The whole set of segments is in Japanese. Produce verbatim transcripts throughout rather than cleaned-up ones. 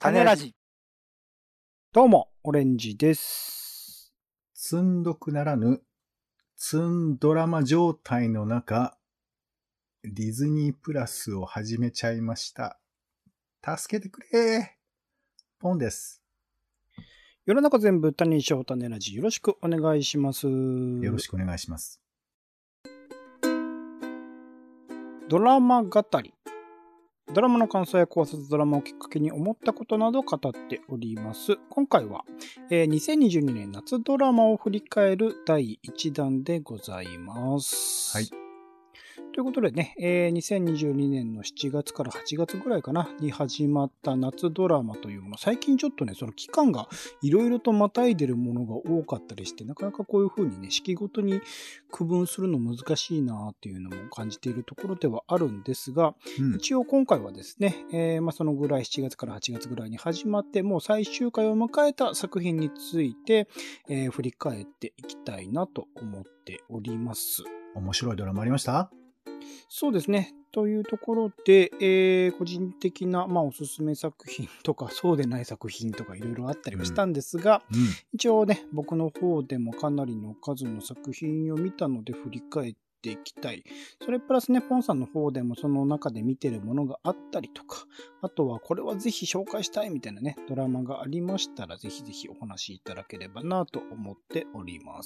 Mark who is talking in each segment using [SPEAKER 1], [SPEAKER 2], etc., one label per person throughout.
[SPEAKER 1] 種ラジ。どうも、オレンジです。
[SPEAKER 2] 積んどくならぬ、積んドラマ状態の中、ディズニープラスを始めちゃいました。助けてくれポンです。
[SPEAKER 1] 世の中全部種にしよう種ラジ。よろしくお願いします。
[SPEAKER 2] よろしくお願いします。
[SPEAKER 1] ドラマ語り。ドラマの感想や考察、ドラマをきっかけに思ったことなど語っております。今回は、えー、にせんにじゅうにねん夏ドラマを振り返るだいいちだんでございます。
[SPEAKER 2] はい。
[SPEAKER 1] ということでね、えー、にせんにじゅうにねんのしちがつからはちがつぐらいかな、に始まった夏ドラマというもの、最近ちょっとね、その期間がいろいろとまたいでるものが多かったりして、なかなかこういう風にね、四季ごとに区分するの難しいなっていうのも感じているところではあるんですが、うん、一応今回はですね、えー、まあそのぐらいしちがつからはちがつぐらいに始まって、もう最終回を迎えた作品について、えー、振り返っていきたいなと思っております。
[SPEAKER 2] 面白いドラマありました？
[SPEAKER 1] そうですね。というところで、えー、個人的な、まあ、おすすめ作品とか、そうでない作品とかいろいろあったりはしたんですが、うんうん、一応ね、僕の方でもかなりの数の作品を見たので振り返っていきたい。それプラスね、ポンさんの方でもその中で見てるものがあったりとか、あとはこれはぜひ紹介したいみたいなね、ドラマがありましたら、ぜひぜひお話しいただければなと思っております。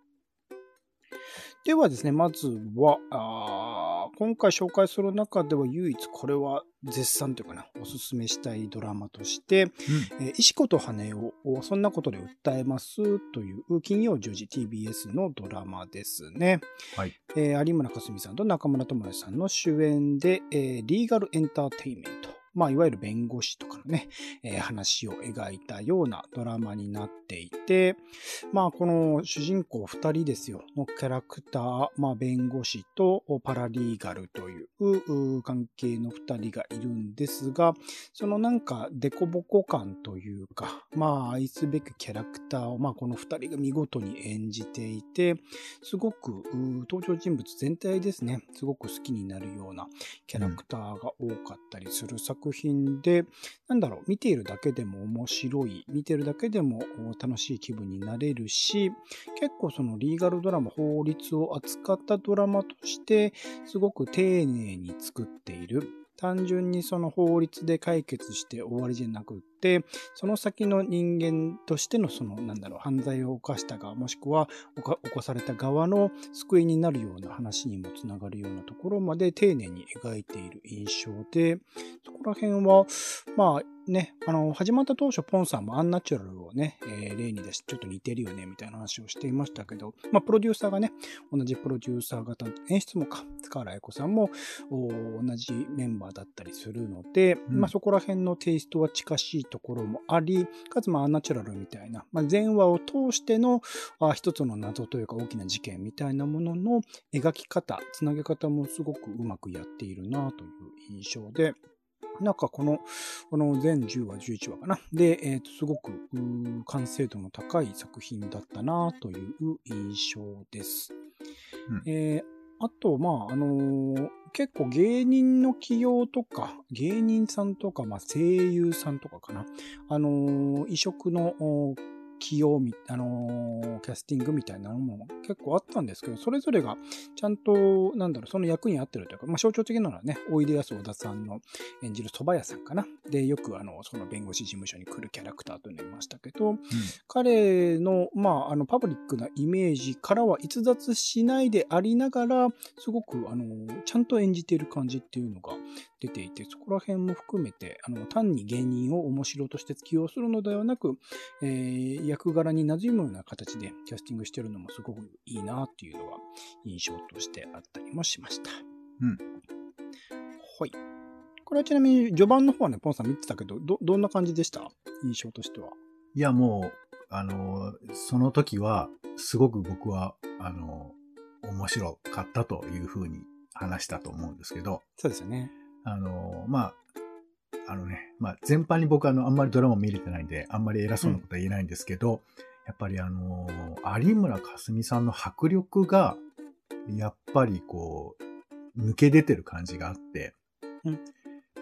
[SPEAKER 1] ではですね、まずは、あ今回紹介する中では唯一これは絶賛というかな、おすすめしたいドラマとして、うんえー、石子と羽をそんなことで訴えますという金曜じゅうじ ティービーエス のドラマですね。
[SPEAKER 2] はい
[SPEAKER 1] えー、有村架純さんと中村智也さんの主演で、えー、リーガルエンターテインメント。まあ、いわゆる弁護士とかのね、えー、話を描いたようなドラマになっていて、まあ、この主人公二人ですよ、のキャラクター、まあ、弁護士とパラリーガルという関係の二人がいるんですが、そのなんか、デコボコ感というか、まあ、愛すべきキャラクターを、まあ、この二人が見事に演じていて、すごく、登場人物全体ですね、すごく好きになるようなキャラクターが多かったりする作品で、うん、なんだろう、見ているだけでも面白い、見てるだけでも楽しい気分になれるし、結構そのリーガルドラマ、法律を扱ったドラマとして、すごく丁寧に作っている。単純にその法律で解決して終わりじゃなくって、その先の人間としてのその、なんだろう、犯罪を犯した側、もしくは起こされた側の救いになるような話にもつながるようなところまで丁寧に描いている印象で、そこら辺は、まあね、あの、始まった当初、ポンさんもアンナチュラルをね、えー、例に出してちょっと似てるよね、みたいな話をしていましたけど、まあ、プロデューサーがね、同じプロデューサー型、演出もか、塚原愛子さんも同じメンバーだったりするので、うん、まあ、そこら辺のテイストは近しいところもあり、かつまあ、アンナチュラルみたいな、まあ、前話を通してのあ一つの謎というか大きな事件みたいなものの描き方、つなげ方もすごくうまくやっているなという印象で、なんかこの、この全じゅうわ、じゅういちわかな。で、えっと、すごく完成度の高い作品だったなという印象です。うんえー、あと、まあ、あのー、結構芸人の起用とか、芸人さんとか、まあ、声優さんとかかな。あのー、異色の起用み、あのー、キャスティングみたいなのも結構あったんですけど、それぞれがちゃんと、なんだろう、その役に合ってるというか、まあ、象徴的なのはね、おいでやす小田さんの演じる蕎麦屋さんかな。で、よくあの、その弁護士事務所に来るキャラクターというのがいましたけど、うん、彼の、まあ、あの、パブリックなイメージからは逸脱しないでありながら、すごく、あの、ちゃんと演じている感じっていうのが出ていて、そこら辺も含めて、あの、単に芸人を面白として起用するのではなく、えー、役柄に馴染むような形でキャスティングしてるのもすごくいいなっていうのは印象としてあったりもしました。
[SPEAKER 2] うん。
[SPEAKER 1] はい。これはちなみに序盤の方はね、ポンさん見てたけど、ど、どんな感じでした？印象としては。
[SPEAKER 2] いや、もう、あの、その時は、すごく僕は、あの、面白かったというふうに話したと思うんですけど。
[SPEAKER 1] そうですよね。
[SPEAKER 2] あの、まあ、あのね、まあ、全般に僕はあの、あんまりドラマ見れてないんで、あんまり偉そうなことは言えないんですけど、うん、やっぱりあの、有村架純さんの迫力が、やっぱりこう、抜け出てる感じがあって、うん、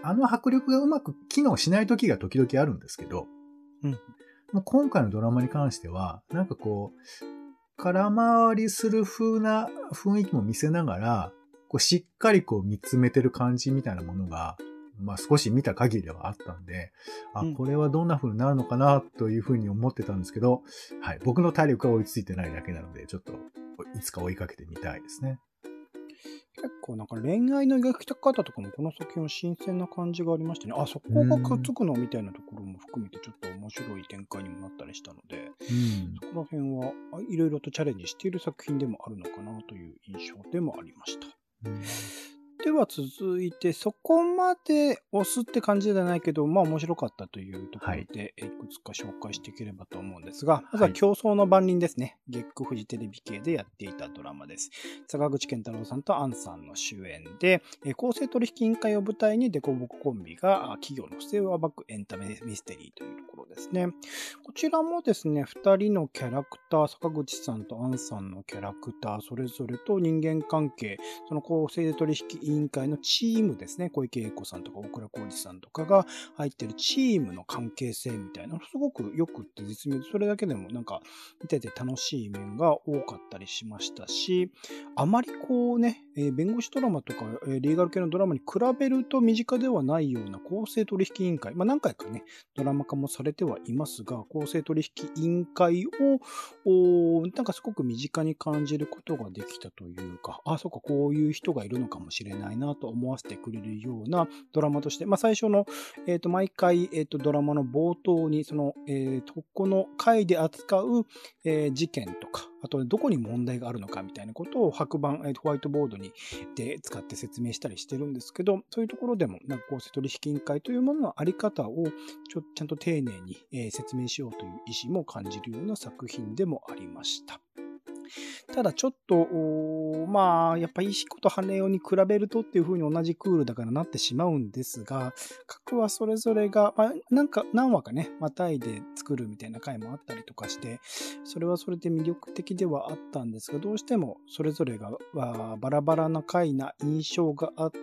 [SPEAKER 2] あの迫力がうまく機能しない時が時々あるんですけど、
[SPEAKER 1] うん。
[SPEAKER 2] まあ、今回のドラマに関しては、なんかこう、空回りする風な雰囲気も見せながら、こうしっかりこう見つめてる感じみたいなものが、まあ少し見た限りではあったんで、あ、
[SPEAKER 1] うん
[SPEAKER 2] これはどんな風になるのかなという風に思ってたんですけど、はい、僕の体力が追いついてないだけなので、ちょっといつか追いかけてみたいですね。
[SPEAKER 1] 結構なんか恋愛の描き方とかもこの作品は新鮮な感じがありましたね。あ、そこがくっつくのみたいなところも含めてちょっと面白い展開にもなったりしたので、
[SPEAKER 2] うん。
[SPEAKER 1] そこら辺はいろいろとチャレンジしている作品でもあるのかなという印象でもありました。
[SPEAKER 2] うん
[SPEAKER 1] では続いて、そこまで押すって感じじゃないけど、まあ面白かったというところで、いくつか紹介していければと思うんですが、まずは競争の番人ですね。月9フジテレビ系でやっていたドラマです。坂口健太郎さんと杏さんの主演で、公正取引委員会を舞台にデコボココンビが企業の不正を暴くエンタメミステリーというところですね。こちらもですね、ふたりのキャラクター、坂口さんと杏さんのキャラクター、それぞれと人間関係、その公正取引委員会のチームですね、小池栄子さんとか大倉浩二さんとかが入ってるチームの関係性みたいな、すごくよくって実妙で、それだけでもなんか見てて楽しい面が多かったりしましたし、あまりこうね、えー弁護士ドラマとか、えーリーガル系のドラマに比べると身近ではないような公正取引委員会、まあ何回かね、ドラマ化もされてはいますが、公正取引委員会を、おーなんかすごく身近に感じることができたというか、あ、そうか、こういう人がいるのかもしれないなと思わせてくれるようなドラマとして、まあ最初の、えっ、と、毎回、えっ、と、ドラマの冒頭に、その、えーと、この回で扱う、えー事件とか、あとどこに問題があるのかみたいなことを白板、えーとホワイトボードにで使って説明したりしてるんですけど、そういうところでも、なんか公正取引委員会というもののあり方をちょちゃんと丁寧に、えー説明しようという意思も感じるような作品でもありました。ただちょっと、おーまあ、やっぱ石子と羽男に比べるとっていう風に同じクールだからなってしまうんですが、各話それぞれが、まあ、なんか何話かね、またいで作るみたいな回もあったりとかして、それはそれで魅力的ではあったんですが、どうしてもそれぞれがわバラバラな回な印象があって、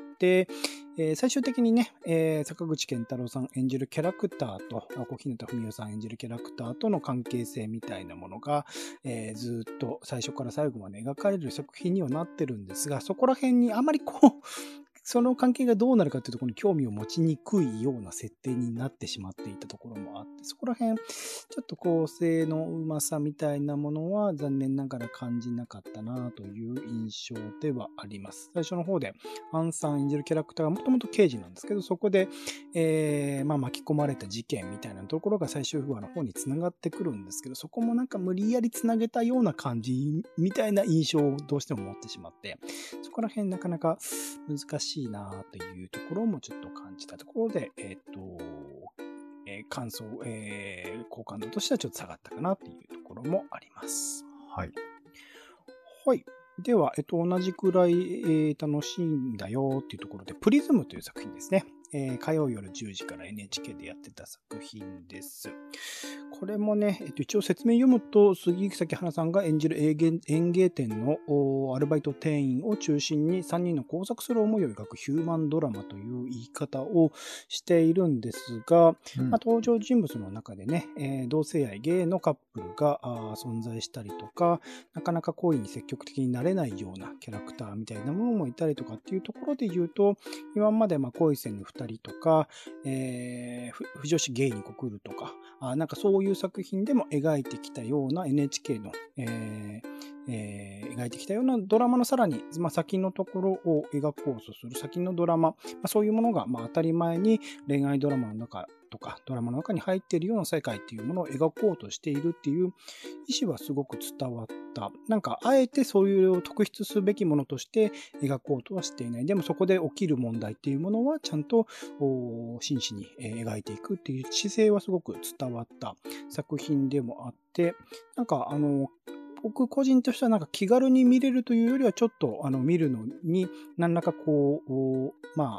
[SPEAKER 1] えー最終的にね、えー坂口健太郎さん演じるキャラクターと、あ小日向文世さん演じるキャラクターとの関係性みたいなものが、えーずっと最初から最後まで描かれる作品にはなってるんですが、そこら辺にあまりこう、その関係がどうなるかというところに興味を持ちにくいような設定になってしまっていたところもあって、そこら辺、ちょっと構成のうまさみたいなものは残念ながら感じなかったなという印象ではあります。最初の方で、アンさん演じるキャラクターがもともと刑事なんですけど、そこで、えーまあ、巻き込まれた事件みたいなところが最終話の方につながってくるんですけど、そこもなんか無理やりつなげたような感じみたいな印象をどうしても持ってしまって、そこら辺なかなか難しいなというところもちょっと感じたところで、えっ、と、えー感想、えー好感度としてはちょっと下がったかなというところもあります。
[SPEAKER 2] はい。
[SPEAKER 1] はい。では、えっと、同じくらい、えー楽しいんだよっていうところで、プリズムという作品ですね。えー火曜夜じゅうじから エヌエイチケー でやってた作品です。これもね、えっと、一応説明読むと、杉咲花さんが演じる園芸園芸店のおアルバイト店員を中心にさんにんの交錯する思いを描くヒューマンドラマという言い方をしているんですが、
[SPEAKER 2] うん
[SPEAKER 1] まあ、登場人物の中でね、えー同性愛ゲイのカップルがあー存在したりとか、なかなか恋に積極的になれないようなキャラクターみたいなものもいたりとかっていうところで言うと、今までまあ恋せぬ二人とか、えー、ふ不女子ゲイに告るとか、あなんかそういう作品でも描いてきたような エヌエイチケー の、えーえー描いてきたようなドラマのさらに、まあ、先のところを描こうとする先のドラマ、まあ、そういうものがまあ当たり前に恋愛ドラマの中とかドラマの中に入っているような世界っていうものを描こうとしているっていう意思はすごく伝わった。なんかあえてそういう特筆すべきものとして描こうとはしていない。でもそこで起きる問題っていうものはちゃんと真摯に描いていくっていう姿勢はすごく伝わった作品でもあって、なんかあの僕個人としてはなんか気軽に見れるというよりはちょっとあの見るのに何らかこう、まあ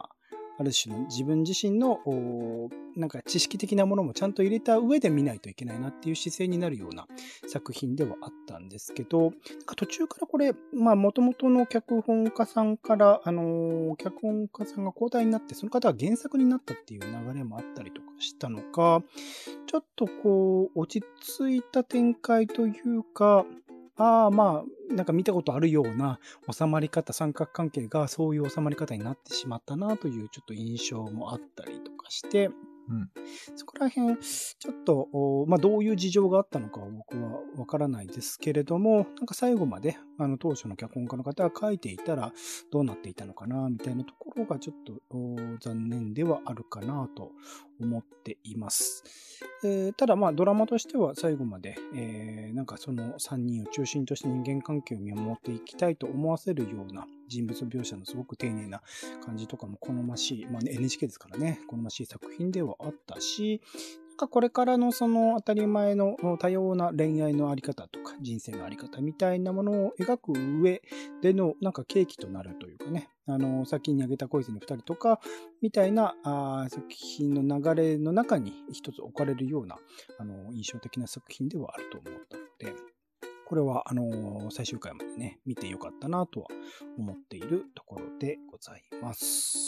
[SPEAKER 1] ある種の自分自身の、なんか知識的なものもちゃんと入れた上で見ないといけないなっていう姿勢になるような作品ではあったんですけど、なんか途中からこれ、まあ元々の脚本家さんから、あのー、脚本家さんが交代になって、その方が原作になったっていう流れもあったりとかしたのか、ちょっとこう、落ち着いた展開というか、ああ、まあ、なんか見たことあるような収まり方、三角関係がそういう収まり方になってしまったなというちょっと印象もあったりとかして、
[SPEAKER 2] うん、
[SPEAKER 1] そこら辺、ちょっと、まあ、どういう事情があったのかは僕はわからないですけれども、なんか最後まで、あの、当初の脚本家の方が書いていたらどうなっていたのかな、みたいなところがちょっと残念ではあるかなと思っています。えー、ただ、まあ、ドラマとしては最後まで、えー、なんかそのさんにんを中心として人間関係を見守っていきたいと思わせるような人物描写のすごく丁寧な感じとかも好ましい、まあ、ね、エヌエイチケー ですからね、好ましい作品ではあったし、なんかこれからのその当たり前の多様な恋愛のあり方とか人生のあり方みたいなものを描く上でのなんか契機となるというかね、あの、先に挙げた恋せの二人とかみたいなあ作品の流れの中に一つ置かれるようなあの印象的な作品ではあると思ったので、これは、あのー、最終回までね、見てよかったなとは思っているところでございます。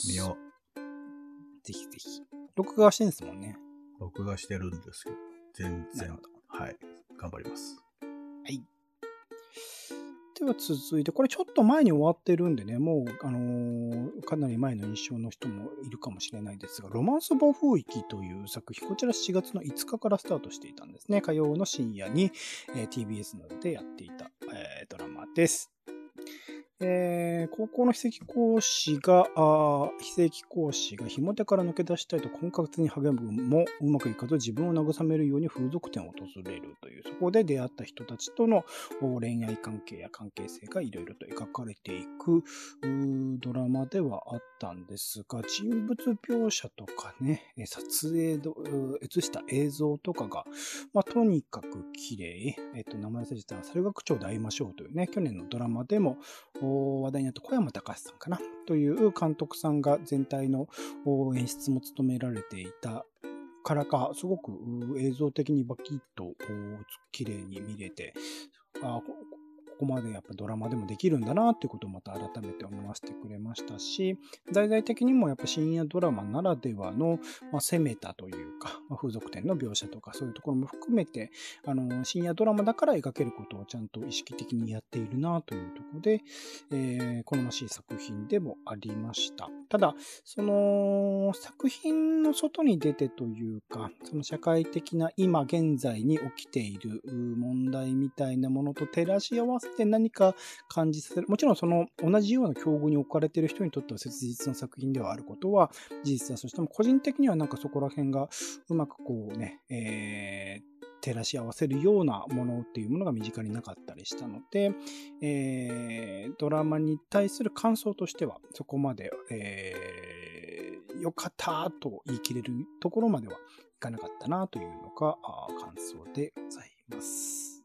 [SPEAKER 2] 見よ
[SPEAKER 1] う。ぜひぜひ。録画してるんですもんね。
[SPEAKER 2] 録画してるんですけど、全然、はい、頑張ります。
[SPEAKER 1] はい。では続いて、これちょっと前に終わってるんでね、もう、あのー、かなり前の印象の人もいるかもしれないですが、ロマンス暴風域という作品、こちらしがつのいつかからスタートしていたんですね。火曜の深夜に、えー、ティービーエス などでやっていた、えー、ドラマです。えー、高校の非正規講師が、あ非正規講師がひも手から抜け出したいと婚活に励むもうまくいかず自分を慰めるように風俗店を訪れるという、そこで出会った人たちとの恋愛関係や関係性がいろいろと描かれていくドラマではあったんですが、人物描写とかね、撮影ど、映した映像とかが、まあ、とにかく綺麗。えっと、名前忘れてたら、猿楽町で会いましょうというね、去年のドラマでも話題になった小山隆さんかなという監督さんが全体の演出も務められていたからか、すごく映像的にバキッと綺麗に見れて、あここまでやっぱドラマでもできるんだなっていうことをまた改めて思わせてくれましたし、題材的にもやっぱ深夜ドラマならではの、まあ、攻めたというか、まあ、風俗店の描写とかそういうところも含めて、あの、深夜ドラマだから描けることをちゃんと意識的にやっているなというところで、えー、好ましい作品でもありました。ただ、その作品の外に出てというか、その社会的な今現在に起きている問題みたいなものと照らし合わせて何か感じさせる。もちろんその同じような境遇に置かれている人にとっては切実な作品ではあることは事実だとしても、個人的にはなんかそこら辺がうまくこうね、えー照らし合わせるようなものっていうものが身近になかったりしたので、えー、ドラマに対する感想としてはそこまで、えー、良かったと言い切れるところまではいかなかったなというのが感想でございます。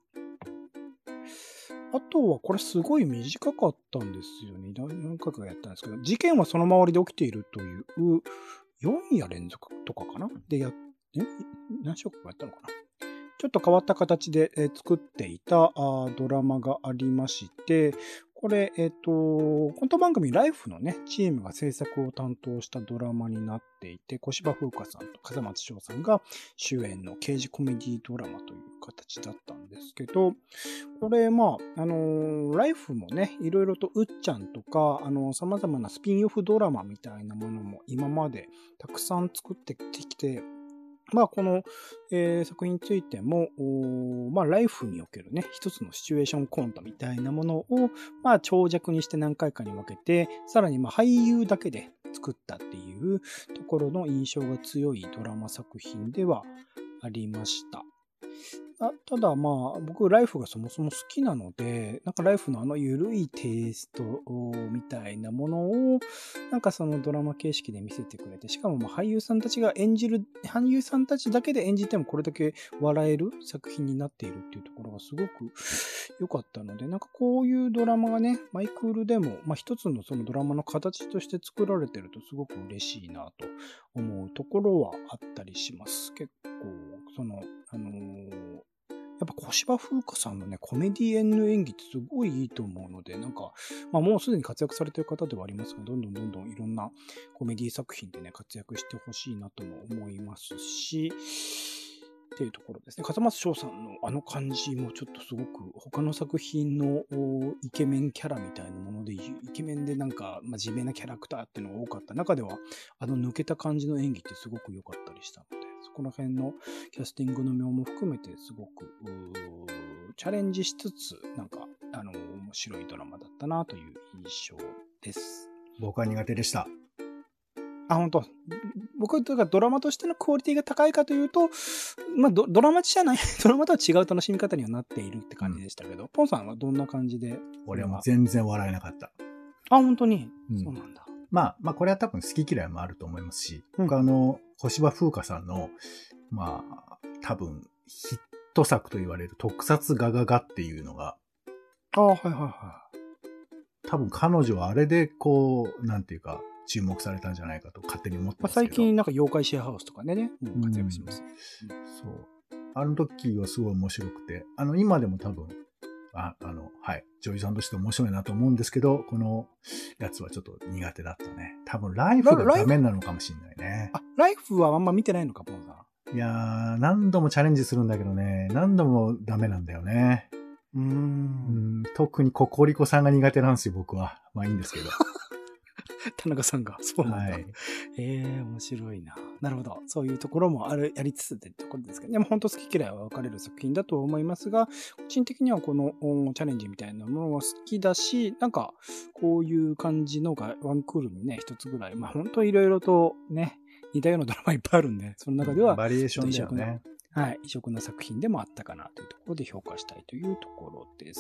[SPEAKER 1] あとはこれすごい短かったんですよね。何回かやったんですけど、事件はその周りで起きているというよん夜連続とかかなでやって、何週間かやったのかなちょっと変わった形で作っていたドラマがありまして、これ、えっと、コント番組ライフのね、チームが制作を担当したドラマになっていて、小芝風花さんと風松翔さんが主演の刑事コメディドラマという形だったんですけど、これ、まあ、あの、ライフもね、いろいろとうっちゃんとか、あの、様々なスピンオフドラマみたいなものも今までたくさん作ってきて、まあ、この、えー、作品についても、まあ、ライフにおけるね、一つのシチュエーションコントみたいなものを、まあ、長尺にして何回かに分けて、さらに、まあ、俳優だけで作ったっていうところの印象が強いドラマ作品ではありました。 あただまあ、僕、ライフがそもそも好きなので、なんかライフのあの緩いテイストみたいなものを、なんかそのドラマ形式で見せてくれて、しかもまあ俳優さんたちが演じる、俳優さんたちだけで演じてもこれだけ笑える作品になっているっていうところがすごく良かったので、なんかこういうドラマがね、マイクールでも、まあ一つのそのドラマの形として作られてるとすごく嬉しいなと思うところはあったりします。結構、その、あのーやっぱ小芝風花さんのね、コメディエンヌ演技ってすごいいいと思うので、なんか、まあもうすでに活躍されてる方ではありますが、どんどんどんどんいろんなコメディ作品でね、活躍してほしいなとも思いますし、っていうところですね。笠松将さんのあの感じもちょっとすごく他の作品のイケメンキャラみたいなもので、イケメンでなんか、まあ、地味なキャラクターっていうのが多かった中では、あの抜けた感じの演技ってすごく良かったりしたので、そこら辺のキャスティングの妙も含めてすごくチャレンジしつつ、なんか、あの、面白いドラマだったなという印象です。
[SPEAKER 2] 僕は苦手でした。
[SPEAKER 1] あ、本当。僕とかドラマとしてのクオリティが高いかというと、まあド、ドラマじゃない、ドラマとは違う楽しみ方にはなっているって感じでしたけど、うん、ポンさんはどんな感じで？
[SPEAKER 2] 俺はもう全然笑えなかった。
[SPEAKER 1] あ、本当に、
[SPEAKER 2] うん、
[SPEAKER 1] そうなんだ。
[SPEAKER 2] まあ、まあこれは多分好き嫌いもあると思いますし、うん、他の小芝風花さんの、まあ、多分ヒット作と言われる特撮ガガガっていうのが、
[SPEAKER 1] あ、はいはいはい。
[SPEAKER 2] 多分彼女はあれでこう、なんていうか、注目されたんじゃないかと勝手に思ってますけど、
[SPEAKER 1] まあ、最近なんか妖怪シェアハウスとかでね、うん、活躍します、ね
[SPEAKER 2] うんうん。そう。あの時はすごい面白くて、あの今でも多分、あ、あの、はい、女優さんとして面白いなと思うんですけど、このやつはちょっと苦手だったね。多分ライフがダメなのかもしれないね。
[SPEAKER 1] あ、ライフはあんま見てないのか、ポンさ
[SPEAKER 2] ん。いやー、何度もチャレンジするんだけどね、何度もダメなんだよね。
[SPEAKER 1] うーん。う
[SPEAKER 2] ん特にココリコさんが苦手なんですよ、僕は。まあいいんですけど。
[SPEAKER 1] 田中さんが、そうなんだ。はい、ええー、面白いな。なるほど。そういうところもある、やりつつってところですけど、でも本当好き嫌いは分かれる作品だと思いますが、個人的にはこのチャレンジみたいなものは好きだし、なんか、こういう感じのがワンクールにね、一つぐらい、まあ本当いろいろとね、似たようなドラマいっぱいあるんで、その中では、
[SPEAKER 2] バリエーションだよね。
[SPEAKER 1] はい、異色な作品でもあったかなというところで評価したいというところです。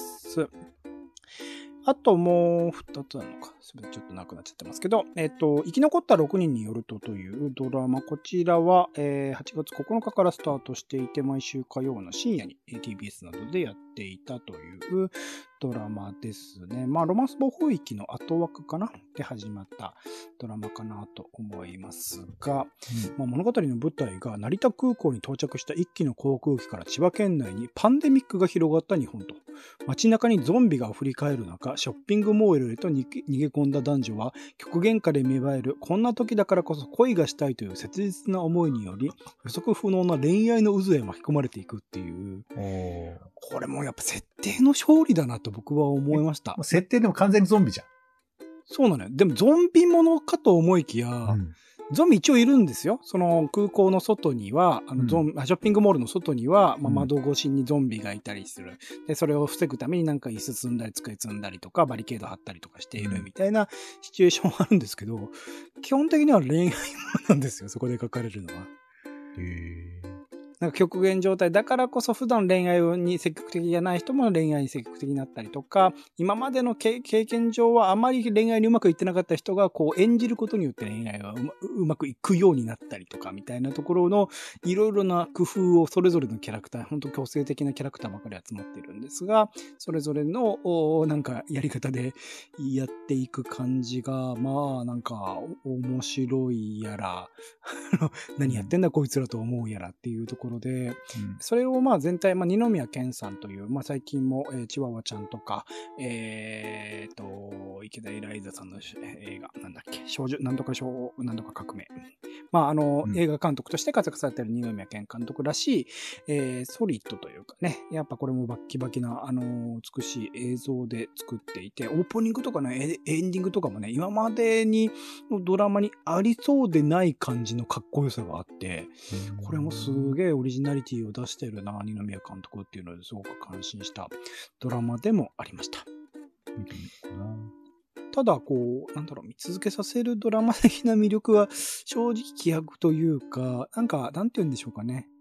[SPEAKER 1] あともう二つあるのか。すべてちょっとなくなっちゃってますけど、えっと、生き残ったろくにんによるとというドラマ、こちらは、えー、はちがつここのかからスタートしていて、毎週火曜の深夜に ティービーエス などでやっていたというドラマですね。まあ、ロマンス暴風域の後枠かなで始まったドラマかなと思いますが、うんまあ、物語の舞台が成田空港に到着した一機の航空機から千葉県内にパンデミックが広がった日本と、街中にゾンビが溢れ返る中、ショッピングモールへと逃げ込んだ男女は、極限下で芽生えるこんな時だからこそ恋がしたいという切実な思いにより、予測不能な恋愛の渦へ巻き込まれていくっていう、これもやっぱ設定の勝利だなと僕は思いました。
[SPEAKER 2] 設定でも完全にゾンビじゃん。
[SPEAKER 1] そうなのよ。でもゾンビものかと思いきや、うんゾンビ一応いるんですよ。その空港の外には、あのゾン、うん、ショッピングモールの外には、まあ、窓越しにゾンビがいたりする。で、それを防ぐためになんか椅子積んだり机積んだりとか、バリケード張ったりとかしているみたいなシチュエーションはあるんですけど、基本的には恋愛ものなんですよ。そこで書かれるのは。
[SPEAKER 2] へー。
[SPEAKER 1] なんか極限状態だからこそ普段恋愛に積極的じゃない人も恋愛に積極的になったりとか、今までの経験上はあまり恋愛にうまくいってなかった人がこう演じることによって恋愛がう ま, うまくいくようになったりとかみたいなところのいろいろな工夫をそれぞれのキャラクター、本当強制的なキャラクターばかり集まっているんですが、それぞれのなんかやり方でやっていく感じが、まあなんか面白いやら、何やってんだこいつらと思うやらっていうところで、うん、それをまあ全体、まあ、二宮健さんという、まあ、最近も、えー、チワワちゃんとか、えー、と池田エライザさんの映画なんだっけ少女なんとか少なんとか革命、まああの、うん、映画監督として活躍されている二宮健監督らしい、えー、ソリッドというかね、やっぱこれもバッキバキなあの美しい映像で作っていて、オープニングとかねエンディングとかもね今までにのドラマにありそうでない感じのかっこよさがあって、これもすげえオリジナリティを出してるな、二宮監督っていうのですごく感心したドラマでもありました。ただこうなんだろう、見続けさせるドラマ的な魅力は正直希薄というか、なんかなんて言うんでしょうかね。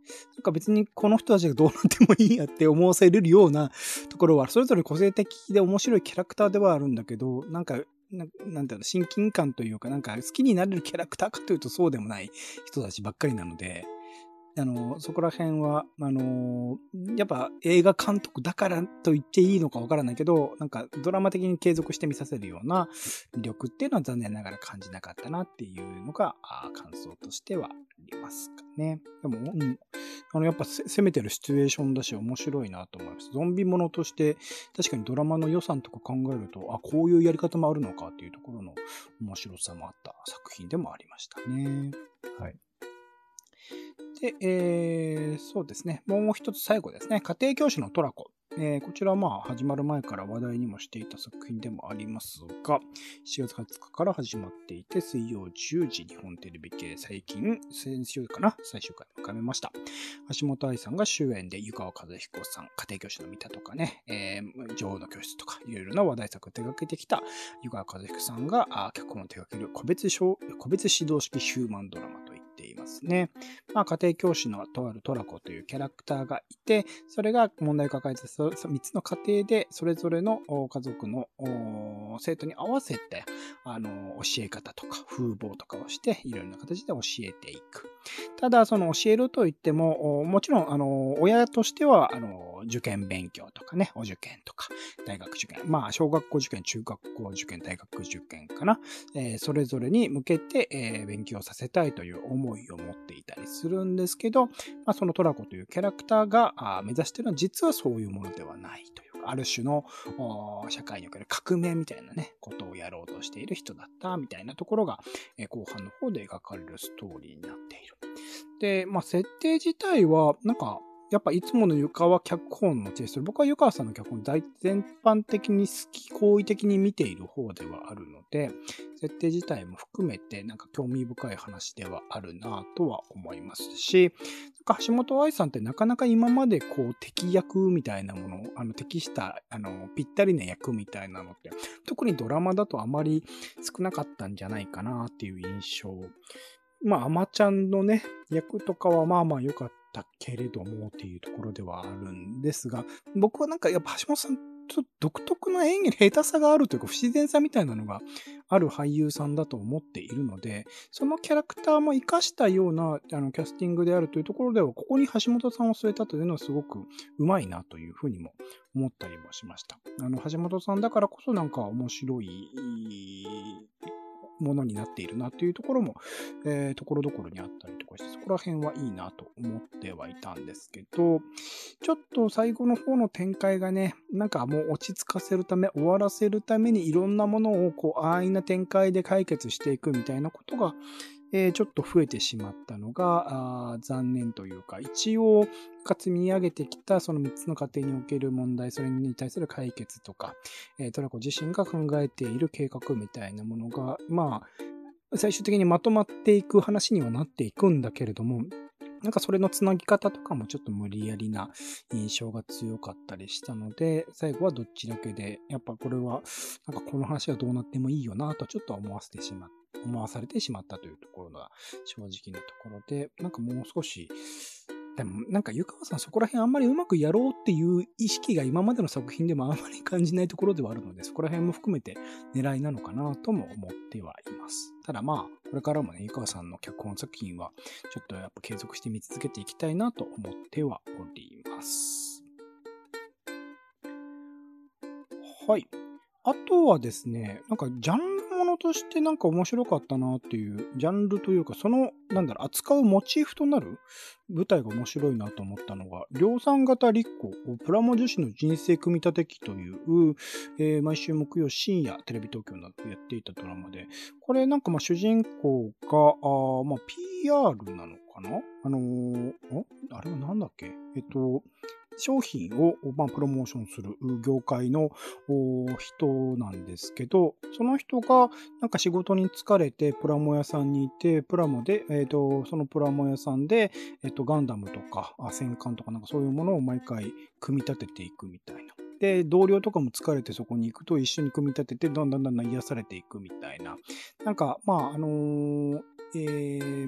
[SPEAKER 1] なんか別にこの人たちがどうなってもいいやって思わせれるようなところは、それぞれ個性的で面白いキャラクターではあるんだけど、なんか、ななんていうの、親近感というか、なんか好きになれるキャラクターかというとそうでもない人たちばっかりなので、あの、そこら辺は、あの、やっぱ映画監督だからと言っていいのかわからないけど、なんかドラマ的に継続して見させるような魅力っていうのは残念ながら感じなかったなっていうのが、あ感想としてはありますかね。でも、うん、あの、やっぱ攻めてるシチュエーションだし面白いなと思います。ゾンビものとして、確かにドラマの予算とか考えると、あ、こういうやり方もあるのかっていうところの面白さもあった作品でもありましたね。
[SPEAKER 2] はい。
[SPEAKER 1] で、えー、そうですね。もう一つ最後ですね。家庭教師のトラコ。えー、こちらはまあ始まる前から話題にもしていた作品でもありますが、しちがつはつかから始まっていて、水曜じゅうじ日本テレビ系最近、先週かな、最終回を迎えました。橋本愛さんが主演で、湯川和彦さん、家庭教師の見たとかね、えー、女王の教室とか、いろいろな話題作を手掛けてきた湯川和彦さんがあ脚本を手掛ける個別小、個別指導式ヒューマンドラマといっていますね。まあ、家庭教師のとあるトラコというキャラクターがいて、それが問題を抱えてみっつの家庭でそれぞれの家族の生徒に合わせてあの教え方とか風貌とかをしていろいろな形で教えていく。ただその教えるといってももちろんあの親としてはあの受験勉強とかね、お受験とか大学受験、まあ小学校受験、中学校受験、大学受験かな、えー、それぞれに向けて、えー、勉強させたいという思いを持っていたりするんですけど、まあ、そのトラコというキャラクターが目指しているのは実はそういうものではないというか、ある種の社会における革命みたいなね、ことをやろうとしている人だったみたいなところが、えー、後半の方で描かれるストーリーになっている。で、まあ、設定自体は、なんか、やっぱいつもの湯川脚本のテイストで、僕は湯川さんの脚本大全般的に好き、好意的に見ている方ではあるので、設定自体も含めてなんか興味深い話ではあるなとは思いますし、なんか橋本愛さんってなかなか今までこう敵役みたいなもの、あの適したあのぴったりな役みたいなのって、特にドラマだとあまり少なかったんじゃないかなっていう印象。まあ、アマちゃんのね、役とかはまあまあ良かったけれどもっていうところではあるんですが、僕はなんかやっぱ橋本さん、ちょっと独特な演技の下手さがあるというか不自然さみたいなのがある俳優さんだと思っているので、そのキャラクターも活かしたようなあのキャスティングであるというところでは、ここに橋本さんを据えたというのはすごくうまいなというふうにも思ったりもしました。あの、橋本さんだからこそなんか面白いものになっているなというところも、えー、ところどころにあったりとかして、そこら辺はいいなと思ってはいたんですけど、ちょっと最後の方の展開がね、なんかもう落ち着かせるため、終わらせるためにいろんなものをこう安易な展開で解決していくみたいなことが、えー、ちょっと増えてしまったのがあ残念というか、一応積み上げてきたそのみっつの家庭における問題、それに対する解決とか、えー、トラコ自身が考えている計画みたいなものが、まあ、最終的にまとまっていく話にはなっていくんだけれども、なんかそれのつなぎ方とかもちょっと無理やりな印象が強かったりしたので、最後はどっちだけで、やっぱこれは、なんかこの話はどうなってもいいよなとちょっと思わせてしまった、思わされてしまったというところが正直なところで、なんかもう少し、でもなんか湯川さんそこら辺あんまりうまくやろうっていう意識が今までの作品でもあんまり感じないところではあるので、そこら辺も含めて狙いなのかなとも思ってはいます。ただまあ、これからもね、湯川さんの脚本作品はちょっとやっぱ継続して見続けていきたいなと思ってはおります。はい。あとはですね、なんかジャンルものとしてなんか面白かったなっていう、ジャンルというか、その、なんだろう、扱うモチーフとなる舞台が面白いなと思ったのが、量産型立候プラモ女子の人生組み立て機という、えー、毎週木曜深夜、テレビ東京などでやっていたドラマで、これなんかまあ主人公が、あまあ ピーアール なのかなあのー、あれはなんだっけえっと、商品を、まあ、プロモーションする業界の人なんですけど、その人がなんか仕事に疲れてプラモ屋さんにいて、プラモで、えっと、そのプラモ屋さんで、えっと、ガンダムとか戦艦とかなんかそういうものを毎回組み立てていくみたいな。で、同僚とかも疲れてそこに行くと一緒に組み立てて、だんだんだんだん癒されていくみたいな。なんか、まあ、あのー、えー、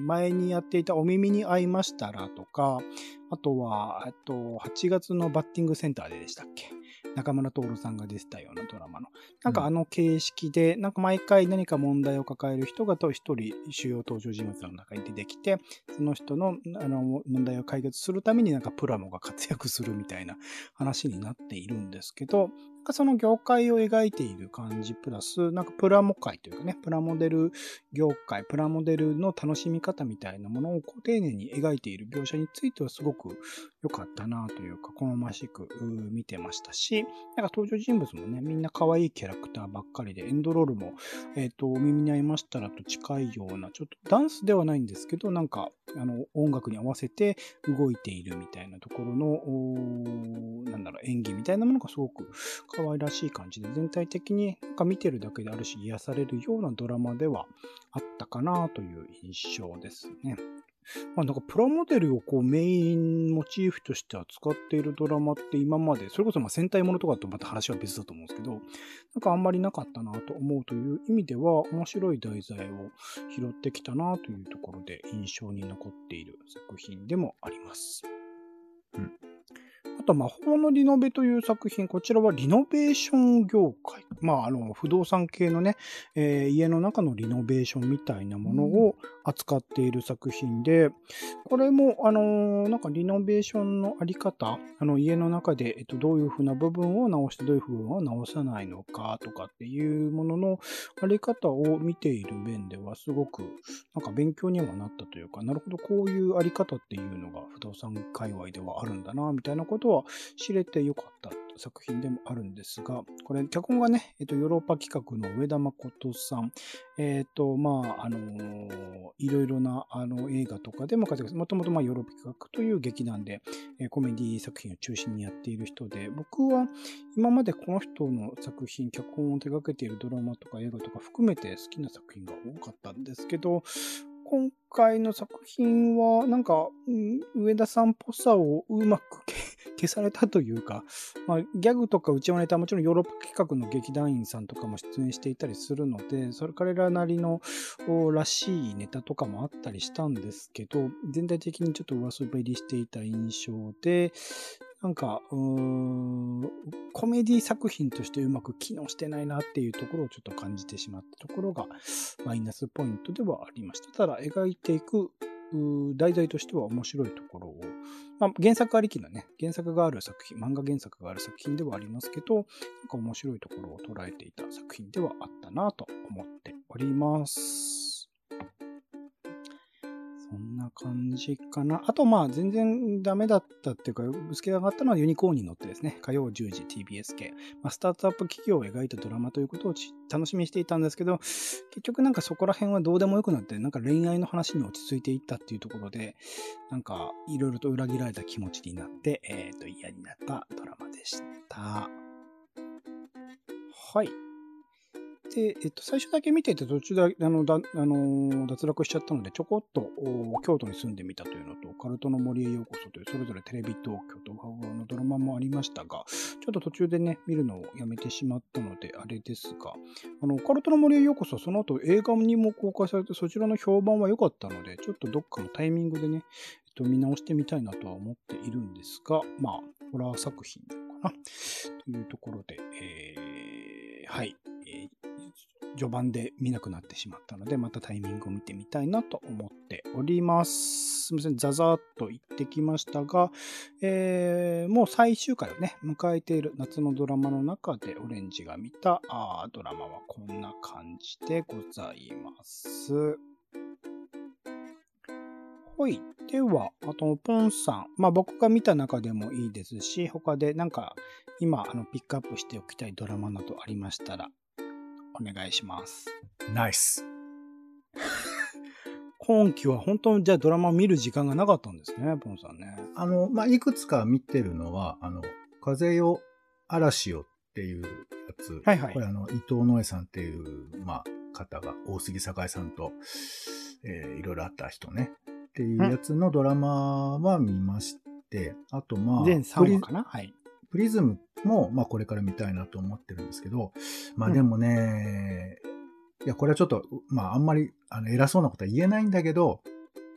[SPEAKER 1] 前にやっていたお耳に合いましたらとか、あとは、えっと、はちがつのバッティングセンターででしたっけ、中村徹さんが出てたようなドラマの。なんかあの形式で、なんか毎回何か問題を抱える人がと一人主要登場人物の中に出てきて、その人のあの問題を解決するためになんかプラモが活躍するみたいな話になっているんですけど、なんかその業界を描いている感じプラス、なんかプラモ界というかね、プラモデル業界、プラモデルの楽しみ方みたいなものをこう丁寧に描いている描写についてはすごく良かったなというか、好ましく見てましたし、なんか登場人物もね、みんな可愛いキャラクターばっかりで、エンドロールも、えっと、お耳に合いましたらと近いような、ちょっとダンスではないんですけど、なんか、あの、音楽に合わせて動いているみたいなところの、なんだろう、演技みたいなものがすごく可愛らしい感じで、全体的になんか見てるだけであるし、癒されるようなドラマではあったかなという印象ですね。まあ、なんかプラモデルをこうメインモチーフとして扱っているドラマって今まで、それこそまあ戦隊ものとかとまた話は別だと思うんですけど、なんかあんまりなかったなと思うという意味では面白い題材を拾ってきたなというところで印象に残っている作品でもあります。うん。あと、魔法のリノベという作品、こちらはリノベーション業界。まあ、あの、不動産系のね、えー、家の中のリノベーションみたいなものを扱っている作品で、これも、あのー、なんかリノベーションのあり方、あの、家の中で、えっと、どういうふうな部分を直して、どういう部分を直さないのかとかっていうもののあり方を見ている面では、すごく、なんか勉強にはなったというか、なるほど、こういうあり方っていうのが不動産界隈ではあるんだな、みたいなことは知れてよかった作品でもあるんですが、これ、脚本がね、えっと、ヨーロッパ企画の上田誠さん、えっと、まあ、あのー、いろいろな、あの、映画とかでも活躍、もともと、まあ、ヨーロッパ企画という劇団で、えー、コメディ作品を中心にやっている人で、僕は今までこの人の作品、脚本を手掛けているドラマとか映画とか含めて好きな作品が多かったんですけど、今回の作品は、なんか、上田さんっぽさをうまく消されたというか、まあ、ギャグとか内輪ネタはもちろんヨーロッパ企画の劇団員さんとかも出演していたりするので、それ彼らなりのらしいネタとかもあったりしたんですけど、全体的にちょっと上滑りしていた印象で、なんか、うーん、コメディ作品としてうまく機能してないなっていうところをちょっと感じてしまったところがマイナスポイントではありました。ただ、描いていく題材としては面白いところを、まあ、原作ありきのね、原作がある作品、漫画原作がある作品ではありますけど、なんか面白いところを捉えていた作品ではあったなと思っております。そんな感じかな。あと、まあ、全然ダメだったっていうか、ぶつけ上がったのはユニコーンに乗ってですね、火曜じゅうじ ティービーエス 系、まあ、スタートアップ企業を描いたドラマということを楽しみにしていたんですけど、結局なんかそこら辺はどうでもよくなって、なんか恋愛の話に落ち着いていったっていうところで、なんかいろいろと裏切られた気持ちになって、えっと、嫌になったドラマでした。はい。で、えっと、最初だけ見ていて途中で、あの、だ、あの、脱落しちゃったので、ちょこっと、京都に住んでみたというのと、オカルトの森へようこそという、それぞれテレビ東京とのドラマもありましたが、ちょっと途中でね、見るのをやめてしまったので、あれですが、あの、オカルトの森へようこそ、その後映画にも公開されて、そちらの評判は良かったので、ちょっとどっかのタイミングでね、えっと、見直してみたいなとは思っているんですが、まあ、ホラー作品なのかな、というところで、えー、はい、えー序盤で見なくなってしまったので、またタイミングを見てみたいなと思っております。すみません、ザザーっと言ってきましたが、えー、もう最終回をね、迎えている夏のドラマの中でオレンジが見たあドラマはこんな感じでございます。はい。では、あと、ポンさん。まあ、僕が見た中でもいいですし、他でなんか、今、あの、ピックアップしておきたいドラマなどありましたら、お願いします。
[SPEAKER 2] ナイス。
[SPEAKER 1] 今期は本当にじゃあドラマを見る時間がなかったんですね、ポンさんね。
[SPEAKER 2] あの、まあ、いくつか見てるのは、あの、風よ嵐よっていうやつ。
[SPEAKER 1] はいはい。
[SPEAKER 2] これあの、伊藤野江さんっていう、まあ、方が、大杉栄さんと、えー、いろいろあった人ね。っていうやつのドラマは見まして、あとまあ、
[SPEAKER 1] 全さんわかな、はい。
[SPEAKER 2] プリズムも、まあこれから見たいなと思ってるんですけど、まあでもね、うん、いや、これはちょっと、まああんまりあの偉そうなことは言えないんだけど、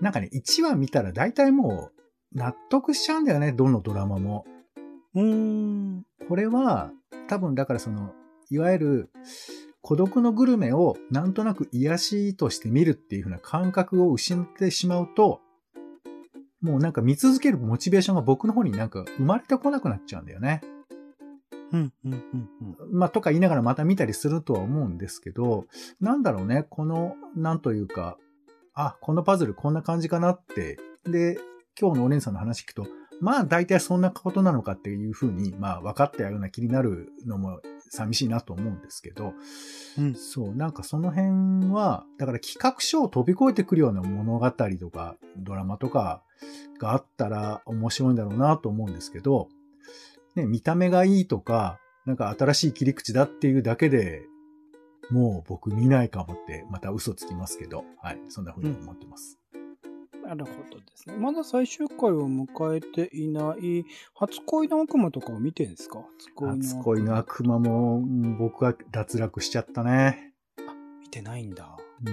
[SPEAKER 2] なんかね、いちわ見たら大体もう納得しちゃうんだよね、どのドラマも。
[SPEAKER 1] うーん。
[SPEAKER 2] これは、多分だからその、いわゆる、孤独のグルメをなんとなく癒しとして見るっていう風な感覚を失ってしまうと、もうなんか見続けるモチベーションが僕の方になんか生まれてこなくなっちゃうんだよね。
[SPEAKER 1] うん、うん、うん、うん。
[SPEAKER 2] まあ、とか言いながらまた見たりするとは思うんですけど、なんだろうね、この、なんというか、あ、このパズルこんな感じかなって、で、今日のお姉さんの話聞くと、まあ大体そんなことなのかっていうふうに、まあ分かったような気になるのも寂しいなと思うんですけど、
[SPEAKER 1] うん、
[SPEAKER 2] そう、なんかその辺は、だから企画書を飛び越えてくるような物語とかドラマとかがあったら面白いんだろうなと思うんですけど、ね、見た目がいいとか、なんか新しい切り口だっていうだけでもう僕見ないかもって、また嘘つきますけど、はい、そんな風に思ってます。
[SPEAKER 1] うん、なるほどですね。まだ最終回を迎えていない、初恋の悪魔とかを見てるんですか？初恋の悪魔。
[SPEAKER 2] 初恋の悪魔も僕は脱落しちゃったね。
[SPEAKER 1] あ、見てないんだ。
[SPEAKER 2] うん、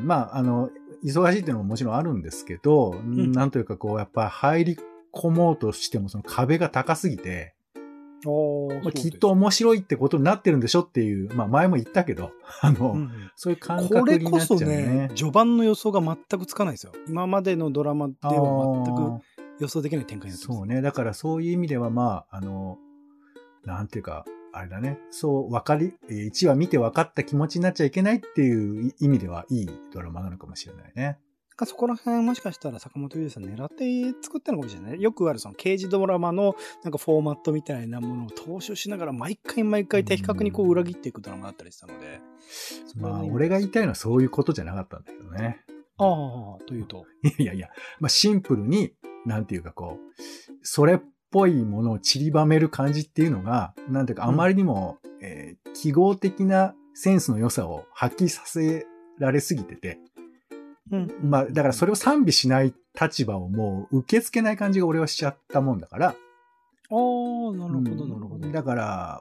[SPEAKER 2] まあ、あの、忙しいっていうのももちろんあるんですけど、うん、なんというかこう、やっぱ入り込もうとしてもその壁が高すぎて、まあ、きっと面白いってことになってるんでしょっていう、まあ前も言ったけど、あの、うんうん、そういう感覚になっちゃうね。これこそね、
[SPEAKER 1] 序盤の予想が全くつかないですよ。今までのドラマでは全く予想できない展開になってます。
[SPEAKER 2] そうね。だからそういう意味ではまあ、あの、なんていうか、あれだね。そう、わかり、いちわ見て分かった気持ちになっちゃいけないっていう意味ではいいドラマなのかもしれないね。
[SPEAKER 1] そこら辺もしかしたら坂本龍二さん狙って作ったのかもしれない。よくあるその刑事ドラマのなんかフォーマットみたいなものを踏襲しながら毎回毎回的確にこう裏切っていくドラマだったりしたので。
[SPEAKER 2] まあ、俺が言いたいのはそういうことじゃなかったんだけどね。
[SPEAKER 1] ああ、というと。
[SPEAKER 2] いやいや、まあシンプルに、なんていうかこう、それっぽいものを散りばめる感じっていうのが、なんていうかあまりにも、うんえー、記号的なセンスの良さを発揮させられすぎてて、うん、まあ、だからそれを賛美しない立場をもう受け付けない感じが俺はしちゃったもんだから。あ
[SPEAKER 1] あ、なるほど、なるほど。
[SPEAKER 2] だから、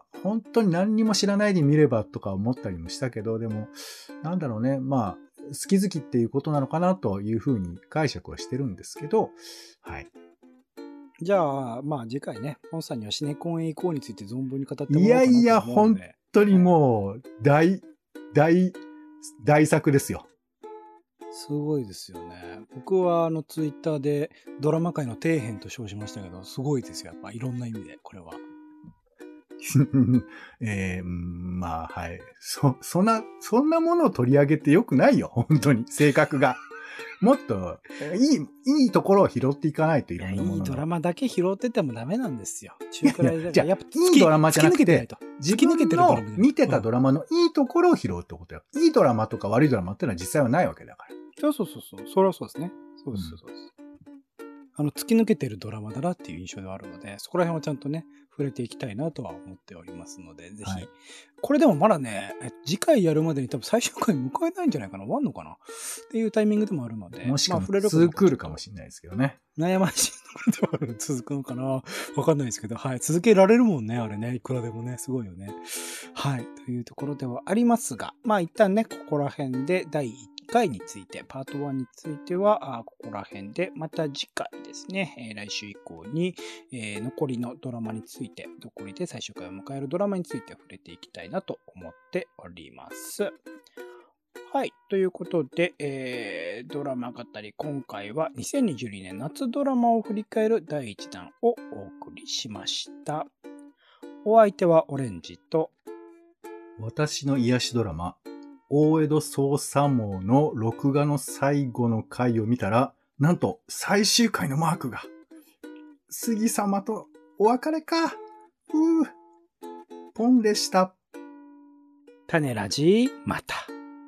[SPEAKER 2] 本当に何にも知らないで見ればとか思ったりもしたけど、でも、なんだろうね、まあ、好き好きっていうことなのかなというふうに解釈はしてるんですけど、はい。
[SPEAKER 1] じゃあ、まあ次回ね、ポンさんにはシネコンへ行こうについて存分に語ってもらおうか
[SPEAKER 2] い
[SPEAKER 1] なと思うので。
[SPEAKER 2] やいや、本当にもう、大、大、大作ですよ。
[SPEAKER 1] すごいですよね。僕はあのツイッターでドラマ界の底辺と称しましたけど、すごいですよ。やっぱいろんな意味で、これは。
[SPEAKER 2] えー、まあ、はい。そ、そんな、そんなものを取り上げてよくないよ。本当に。性格が。もっと、いい、いいところを拾っていかないといろんなもの。
[SPEAKER 1] いいドラマだけ拾っててもダメなんですよ。中くらいだ
[SPEAKER 2] じゃあ、やっぱいいドラマじゃなくて、自分の見てたドラマのいいところを拾うってことよ。いいドラマとか悪いドラマっていうのは実際はないわけだから。
[SPEAKER 1] そうそうそうそう。それはそうですね。そうです、そうです。あの、突き抜けてるドラマだなっていう印象ではあるので、そこら辺はちゃんとね、触れていきたいなとは思っておりますので、ぜひ。はい、これでもまだね、次回やるまでに多分最終回迎えないんじゃないかな、終わんのかなっていうタイミングでもあるので。
[SPEAKER 2] もしかも、
[SPEAKER 1] まあ、触れる
[SPEAKER 2] ツークールかもしれないですけどね。
[SPEAKER 1] 悩ましいところでは続くのかなわかんないですけど、はい。続けられるもんね、あれね。いくらでもね、すごいよね。はい。というところではありますが、まあ一旦ね、ここら辺でだいいっかいについて、パートワンについては、あここら辺で、また次回ですね、えー、来週以降に、えー、残りのドラマについて、残りで最終回を迎えるドラマについて触れていきたいなと思っております。はい。ということで、えー、ドラマ語り、今回はにせんにじゅうにねん夏ドラマを振り返るだいいちだんをお送りしました。お相手はオレンジと、
[SPEAKER 2] 私の癒しドラマ、大江戸捜査網の録画の最後の回を見たら、なんと最終回のマークが、杉様とお別れか。うー、ポンでした。
[SPEAKER 1] 種ラジ、また。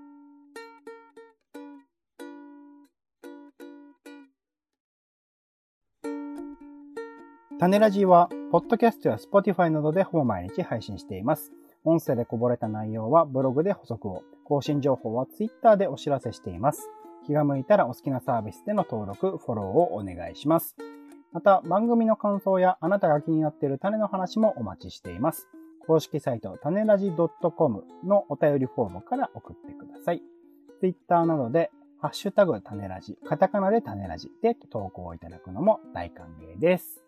[SPEAKER 1] 種ラジは、ポッドキャストや Spotify などでほぼ毎日配信しています。音声でこぼれた内容はブログで補足を、更新情報は Twitter でお知らせしています。気が向いたらお好きなサービスでの登録、フォローをお願いします。また、番組の感想やあなたが気になっている種の話もお待ちしています。公式サイト、種ラジ .com のお便りフォームから送ってください。Twitter などで、 ハッシュタグ種ラジ、カタカナで種ラジで投稿いただくのも大歓迎です。